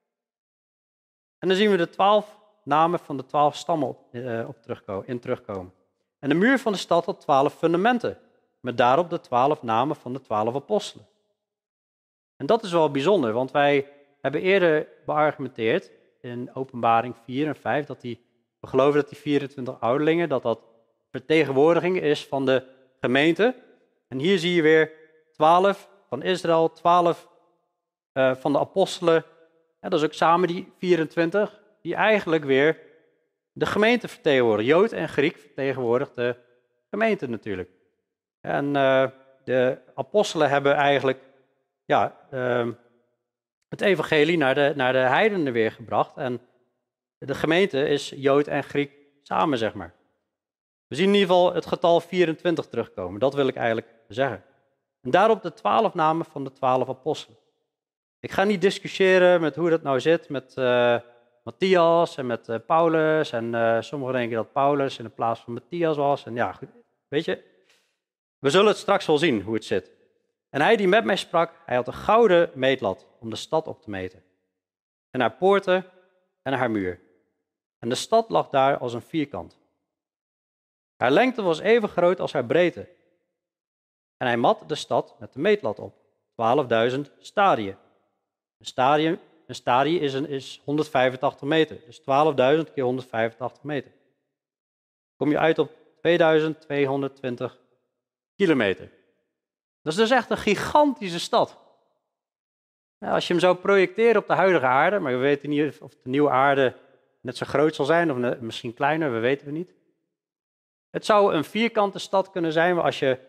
En dan zien we de 12 namen van de 12 stammen terugkomen. En de muur van de stad had 12 fundamenten, met daarop de 12 namen van de 12 apostelen. En dat is wel bijzonder, want wij hebben eerder beargumenteerd in Openbaring 4 en 5, we geloven dat die 24 ouderlingen, dat vertegenwoordiging is van de gemeente. En hier zie je weer 12 van Israël, 12 van de apostelen. dat is ook samen die 24, die eigenlijk weer de gemeente vertegenwoordigen. Jood en Griek vertegenwoordigt de gemeente natuurlijk. En de apostelen hebben eigenlijk het evangelie naar de heidenen weer gebracht. En de gemeente is Jood en Griek samen, zeg maar. We zien in ieder geval het getal 24 terugkomen. Dat wil ik eigenlijk zeggen. En daarop de 12 namen van de 12 apostelen. Ik ga niet discussiëren met hoe dat nou zit met Matthias en met Paulus. En sommigen denken dat Paulus in de plaats van Matthias was. En ja, goed, weet je, we zullen het straks wel zien hoe het zit. En hij die met mij sprak, hij had een gouden meetlat om de stad op te meten. En haar poorten en haar muur. En de stad lag daar als een vierkant. Haar lengte was even groot als haar breedte. En hij mat de stad met de meetlat op. 12.000 stadien. Een stadie is 185 meter. Dus 12.000 keer 185 meter. Kom je uit op 2220 kilometer. Dat is dus echt een gigantische stad. Ja, als je hem zou projecteren op de huidige aarde, maar we weten niet of de nieuwe aarde net zo groot zal zijn of misschien kleiner, we weten het niet. Het zou een vierkante stad kunnen zijn,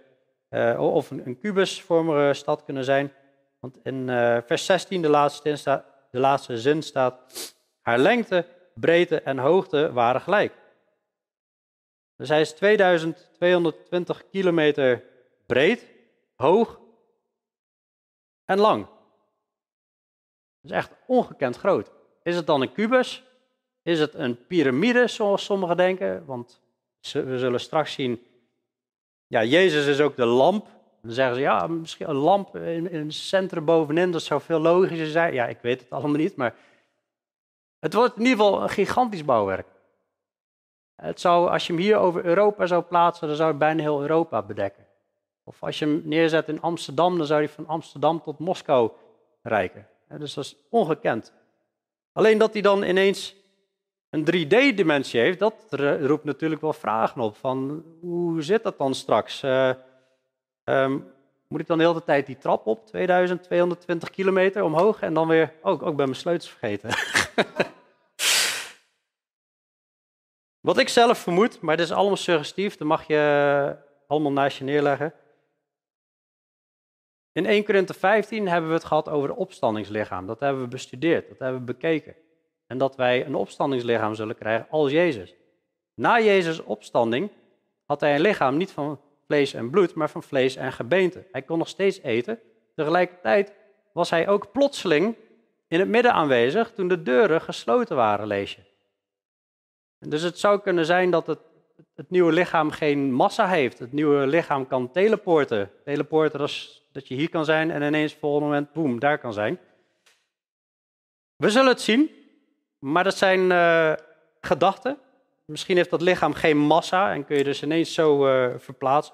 of een kubusvormige stad kunnen zijn. Want in vers 16, de laatste zin staat, haar lengte, breedte en hoogte waren gelijk. Dus hij is 2220 kilometer breed, hoog en lang. Dat is echt ongekend groot. Is het dan een kubus? Is het een piramide, zoals sommigen denken? Want we zullen straks zien, ja, Jezus is ook de lamp. Dan zeggen ze, ja, misschien een lamp in het centrum bovenin, dat zou veel logischer zijn. Ja, ik weet het allemaal niet, maar het wordt in ieder geval een gigantisch bouwwerk. Als je hem hier over Europa zou plaatsen, dan zou het bijna heel Europa bedekken. Of als je hem neerzet in Amsterdam, dan zou hij van Amsterdam tot Moskou reiken. Dus dat is ongekend. Alleen dat hij dan ineens een 3D-dimensie heeft, dat roept natuurlijk wel vragen op. Van hoe zit dat dan straks? Moet ik dan de hele tijd die trap op, 2220 kilometer omhoog en dan weer, ook ben mijn sleutels vergeten. Wat ik zelf vermoed, maar dit is allemaal suggestief, dat mag je allemaal naast je neerleggen. In 1 Korinthe 15 hebben we het gehad over het opstandingslichaam. Dat hebben we bestudeerd, dat hebben we bekeken. En dat wij een opstandingslichaam zullen krijgen als Jezus. Na Jezus' opstanding had hij een lichaam niet van vlees en bloed, maar van vlees en gebeente. Hij kon nog steeds eten. Tegelijkertijd was hij ook plotseling in het midden aanwezig toen de deuren gesloten waren, lees je. Dus het zou kunnen zijn dat het nieuwe lichaam geen massa heeft. Het nieuwe lichaam kan teleporten. Teleporten is dat je hier kan zijn en ineens het volgende moment, boem, daar kan zijn. We zullen het zien, maar dat zijn gedachten. Misschien heeft dat lichaam geen massa en kun je dus ineens zo verplaatsen.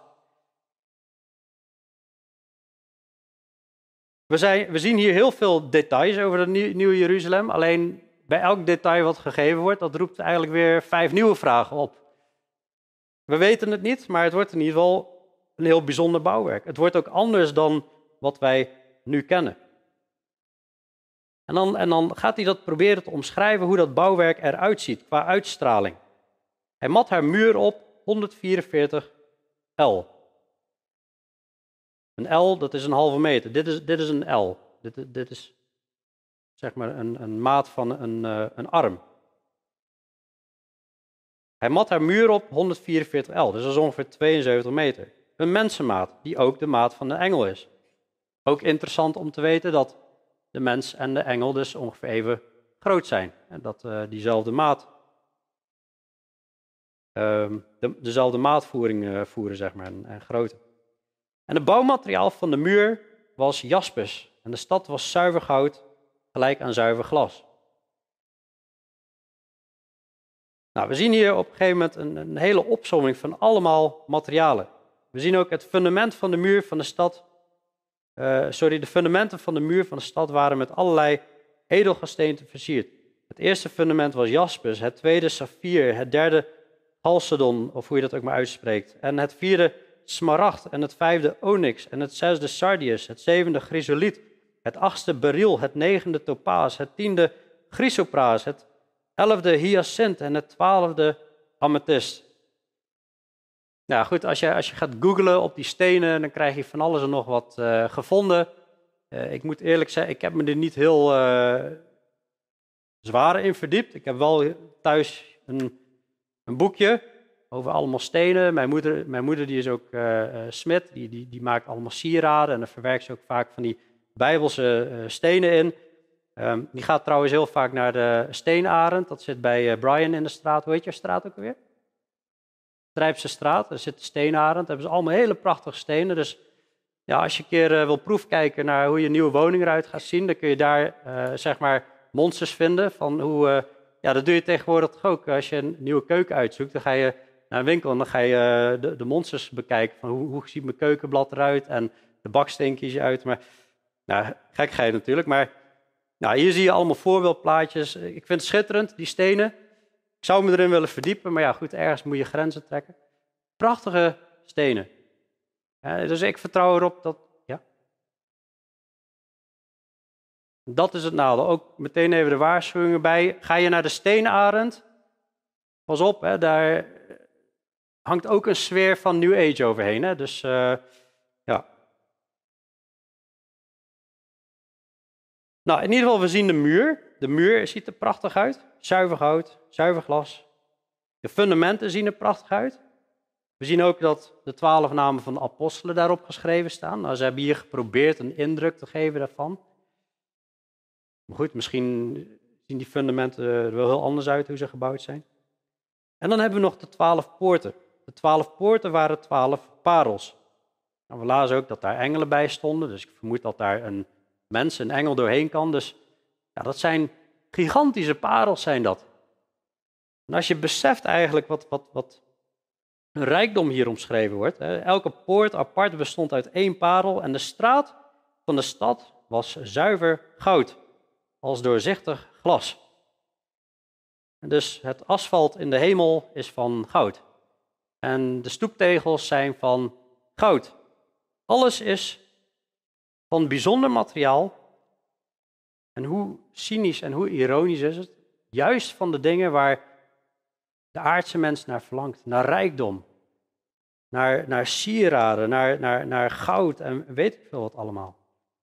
We zien hier heel veel details over het nieuwe Jeruzalem. Alleen bij elk detail wat gegeven wordt, dat roept eigenlijk weer 5 nieuwe vragen op. We weten het niet, maar het wordt in ieder geval een heel bijzonder bouwwerk. Het wordt ook anders dan wat wij nu kennen. En dan gaat hij dat proberen te omschrijven hoe dat bouwwerk eruit ziet qua uitstraling. Hij mat haar muur op 144 L. Een L, dat is een halve meter. Dit is een L. Dit is zeg maar een maat van een arm. Hij mat haar muur op 144 L, dus dat is ongeveer 72 meter. Een mensenmaat, die ook de maat van de engel is. Ook interessant om te weten dat de mens en de engel dus ongeveer even groot zijn. En dat diezelfde maat, dezelfde maatvoering voeren, zeg maar, en grootte. En het bouwmateriaal van de muur was jaspis. En de stad was zuiver goud, gelijk aan zuiver glas. Nou, we zien hier op een gegeven moment een hele opsomming van allemaal materialen. We zien ook het fundament van de muur van de stad. De fundamenten van de muur van de stad waren met allerlei edelgesteenten versierd. Het eerste fundament was jaspis, het tweede saffier, het derde chalcedon, of hoe je dat ook maar uitspreekt. En het vierde smaragd en het vijfde onyx en het zesde sardius, het zevende chrysoliet, het 8e beryl, het 9e topaas, het 10e chrysopraas, het 11e hyacint en het 12e amethyst. Nou goed, als je gaat googlen op die stenen, dan krijg je van alles en nog wat gevonden. Ik moet eerlijk zeggen, ik heb me er niet heel zwaar in verdiept. Ik heb wel thuis een boekje over allemaal stenen. Mijn moeder die is ook smid, die maakt allemaal sieraden en dan verwerkt ze ook vaak van die Bijbelse stenen in. Die gaat trouwens heel vaak naar de Steenarend, dat zit bij Brian in de straat. Hoe heet je straat ook alweer? Strijpse straat, daar zit de Steenarend. Daar hebben ze allemaal hele prachtige stenen. Dus ja, als je een keer wil proefkijken naar hoe je nieuwe woning eruit gaat zien, dan kun je daar zeg maar monsters vinden van hoe... ja, dat doe je tegenwoordig toch ook. Als je een nieuwe keuken uitzoekt, dan ga je naar een winkel en dan ga je de monsters bekijken. Van hoe ziet mijn keukenblad eruit en de baksteen kies je uit. Maar, nou, gekheid natuurlijk. Maar nou, hier zie je allemaal voorbeeldplaatjes. Ik vind het schitterend, die stenen. Ik zou me erin willen verdiepen, maar ja goed, ergens moet je grenzen trekken. Prachtige stenen. Dus ik vertrouw erop dat... Ja. Dat is het nadeel. Ook meteen even de waarschuwingen bij. Ga je naar de Steenarend, pas op, hè, daar hangt ook een sfeer van New Age overheen. Hè? Dus ja. Nou, in ieder geval, we zien de muur. De muur ziet er prachtig uit. Zuiver hout, zuiver glas. De fundamenten zien er prachtig uit. We zien ook dat de 12 namen van de apostelen daarop geschreven staan. Nou, ze hebben hier geprobeerd een indruk te geven daarvan. Maar goed, misschien zien die fundamenten er wel heel anders uit hoe ze gebouwd zijn. En dan hebben we nog de 12 poorten. De 12 poorten waren 12 parels. Nou, we lazen ook dat daar engelen bij stonden, dus ik vermoed dat daar een mens, een engel doorheen kan. Dus ja, dat zijn gigantische parels zijn dat. En als je beseft eigenlijk wat een rijkdom hier omschreven wordt. Elke poort apart bestond uit 1 parel en de straat van de stad was zuiver goud, als doorzichtig glas. En dus het asfalt in de hemel is van goud. En de stoeptegels zijn van goud. Alles is van bijzonder materiaal. En hoe cynisch en hoe ironisch is het? Juist van de dingen waar de aardse mens naar verlangt. Naar rijkdom. Naar sieraden, naar goud en weet ik veel wat allemaal.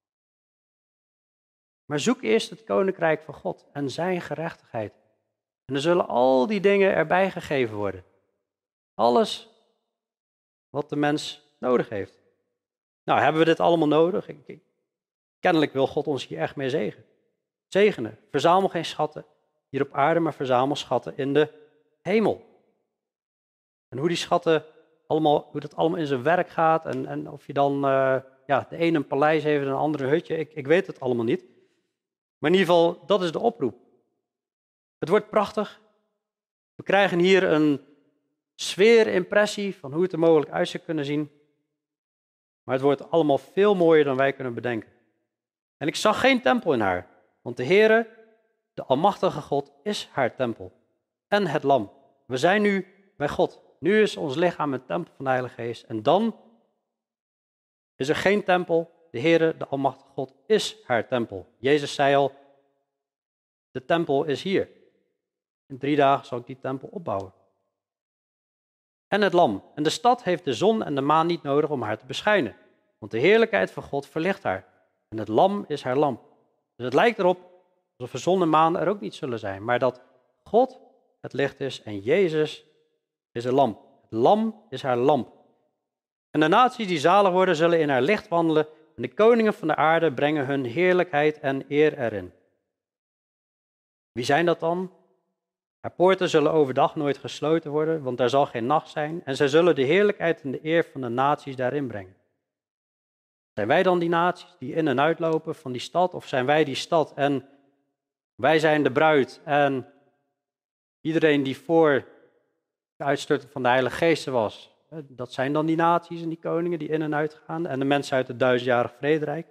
Maar zoek eerst het koninkrijk van God en zijn gerechtigheid. En dan zullen al die dingen erbij gegeven worden. Alles wat de mens nodig heeft. Nou, hebben we dit allemaal nodig? Kennelijk wil God ons hier echt mee zegenen. Verzamel geen schatten hier op aarde, maar verzamel schatten in de hemel. En hoe die schatten hoe dat allemaal in zijn werk gaat en of je dan de ene een paleis heeft en een andere een hutje, ik weet het allemaal niet. Maar in ieder geval, dat is de oproep. Het wordt prachtig. We krijgen hier een sfeerimpressie van hoe het er mogelijk uit zou kunnen zien. Maar het wordt allemaal veel mooier dan wij kunnen bedenken. En ik zag geen tempel in haar, want de Heere, de Almachtige God, is haar tempel. En het lam. We zijn nu bij God. Nu is ons lichaam een tempel van de Heilige Geest. En dan is er geen tempel. De Heere, de Almachtige God, is haar tempel. Jezus zei al, de tempel is hier. In 3 dagen zal ik die tempel opbouwen. En het lam. En de stad heeft de zon en de maan niet nodig om haar te beschijnen. Want de heerlijkheid van God verlicht haar. En het lam is haar lamp. Dus het lijkt erop alsof de zon en maan er ook niet zullen zijn. Maar dat God het licht is en Jezus is een lamp. Het lam is haar lamp. En de naties die zalig worden zullen in haar licht wandelen. En de koningen van de aarde brengen hun heerlijkheid en eer erin. Wie zijn dat dan? Haar poorten zullen overdag nooit gesloten worden, want daar zal geen nacht zijn. En zij zullen de heerlijkheid en de eer van de naties daarin brengen. Zijn wij dan die naties die in en uitlopen van die stad? Of zijn wij die stad en wij zijn de bruid en iedereen die voor de uitstorting van de Heilige Geest was? Dat zijn dan die naties en die koningen die in en uit gaan en de mensen uit het 1000-jarig vrederijk.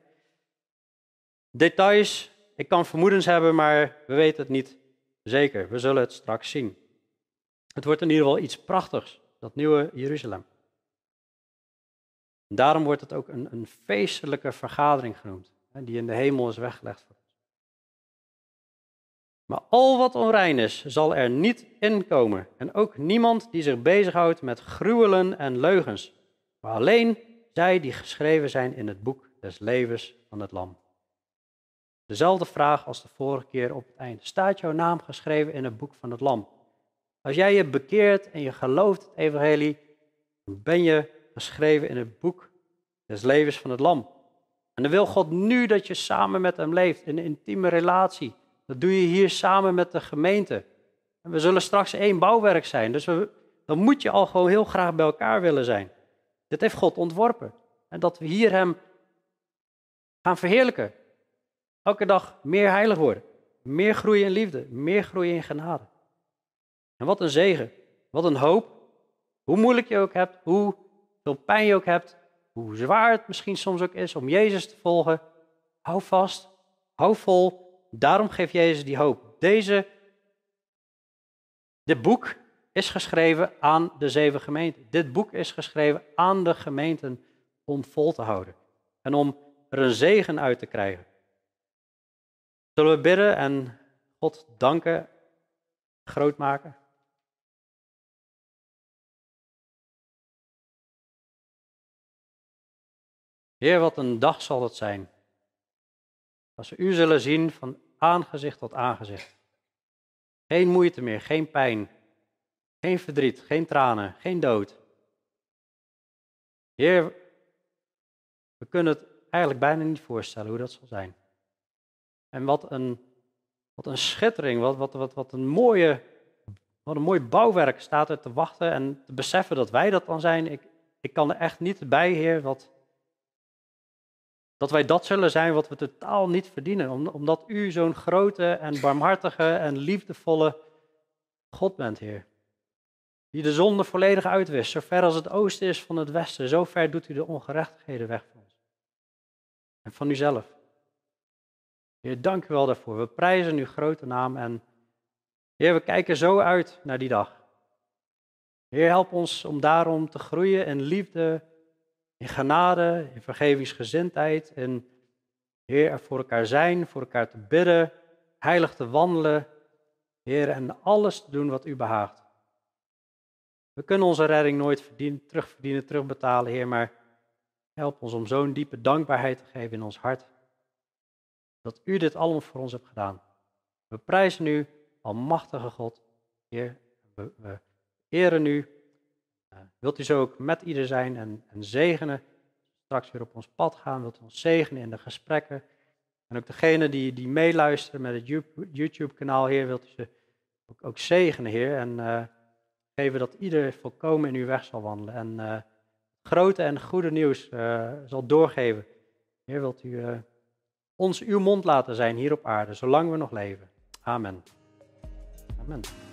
Details, ik kan vermoedens hebben, maar we weten het niet zeker. We zullen het straks zien. Het wordt in ieder geval iets prachtigs, dat nieuwe Jeruzalem. Daarom wordt het ook een feestelijke vergadering genoemd. die in de hemel is weggelegd voor ons. Maar al wat onrein is, zal er niet inkomen. En ook niemand die zich bezighoudt met gruwelen en leugens. Maar alleen zij die geschreven zijn in het boek des levens van het Lam. Dezelfde vraag als de vorige keer op het einde. Staat jouw naam geschreven in het boek van het Lam? Als jij je bekeert en je gelooft het evangelie, dan ben je geschreven in het boek des levens van het Lam. En dan wil God nu dat je samen met hem leeft, in een intieme relatie. Dat doe je hier samen met de gemeente. En we zullen straks één bouwwerk zijn, dus dan moet je al gewoon heel graag bij elkaar willen zijn. Dit heeft God ontworpen. En dat we hier hem gaan verheerlijken. Elke dag meer heilig worden. Meer groeien in liefde. Meer groeien in genade. En wat een zegen. Wat een hoop. Hoe moeilijk je ook hebt. Hoeveel pijn je ook hebt. Hoe zwaar het misschien soms ook is om Jezus te volgen. Hou vast. Hou vol. Daarom geeft Jezus die hoop. Dit boek is geschreven aan de 7 gemeenten. Dit boek is geschreven aan de gemeenten om vol te houden. En om er een zegen uit te krijgen. Zullen we bidden en God danken, groot maken? Heer, wat een dag zal het zijn. Als we u zullen zien van aangezicht tot aangezicht. Geen moeite meer, geen pijn, geen verdriet, geen tranen, geen dood. Heer, we kunnen het eigenlijk bijna niet voorstellen hoe dat zal zijn. En wat een schittering, wat een mooi bouwwerk staat er te wachten en te beseffen dat wij dat dan zijn. Ik kan er echt niet bij, Heer, dat wij dat zullen zijn wat we totaal niet verdienen. Omdat u zo'n grote en barmhartige en liefdevolle God bent, Heer. Die de zonde volledig uitwist. Zo ver als het oosten is van het westen. Zo ver doet u de ongerechtigheden weg van ons. En van uzelf. Heer, dank u wel daarvoor. We prijzen uw grote naam. En Heer, we kijken zo uit naar die dag. Heer, help ons om daarom te groeien in liefde, in genade, in vergevingsgezindheid. En Heer, er voor elkaar zijn, voor elkaar te bidden, heilig te wandelen. Heer, en alles te doen wat u behaagt. We kunnen onze redding nooit terugverdienen, terugbetalen, Heer, maar help ons om zo'n diepe dankbaarheid te geven in ons hart. Dat u dit allemaal voor ons hebt gedaan. We prijzen u, almachtige God. Heer, we eren u. Wilt u zo ook met ieder zijn en zegenen. Straks weer op ons pad gaan. Wilt u ons zegenen in de gesprekken. En ook degenen die meeluisteren met het YouTube-kanaal, Heer, wilt u ze ook zegenen, Heer. En geven dat ieder volkomen in uw weg zal wandelen. En het grote en goede nieuws zal doorgeven. Heer, wilt u ons uw mond laten zijn hier op aarde, zolang we nog leven. Amen. Amen.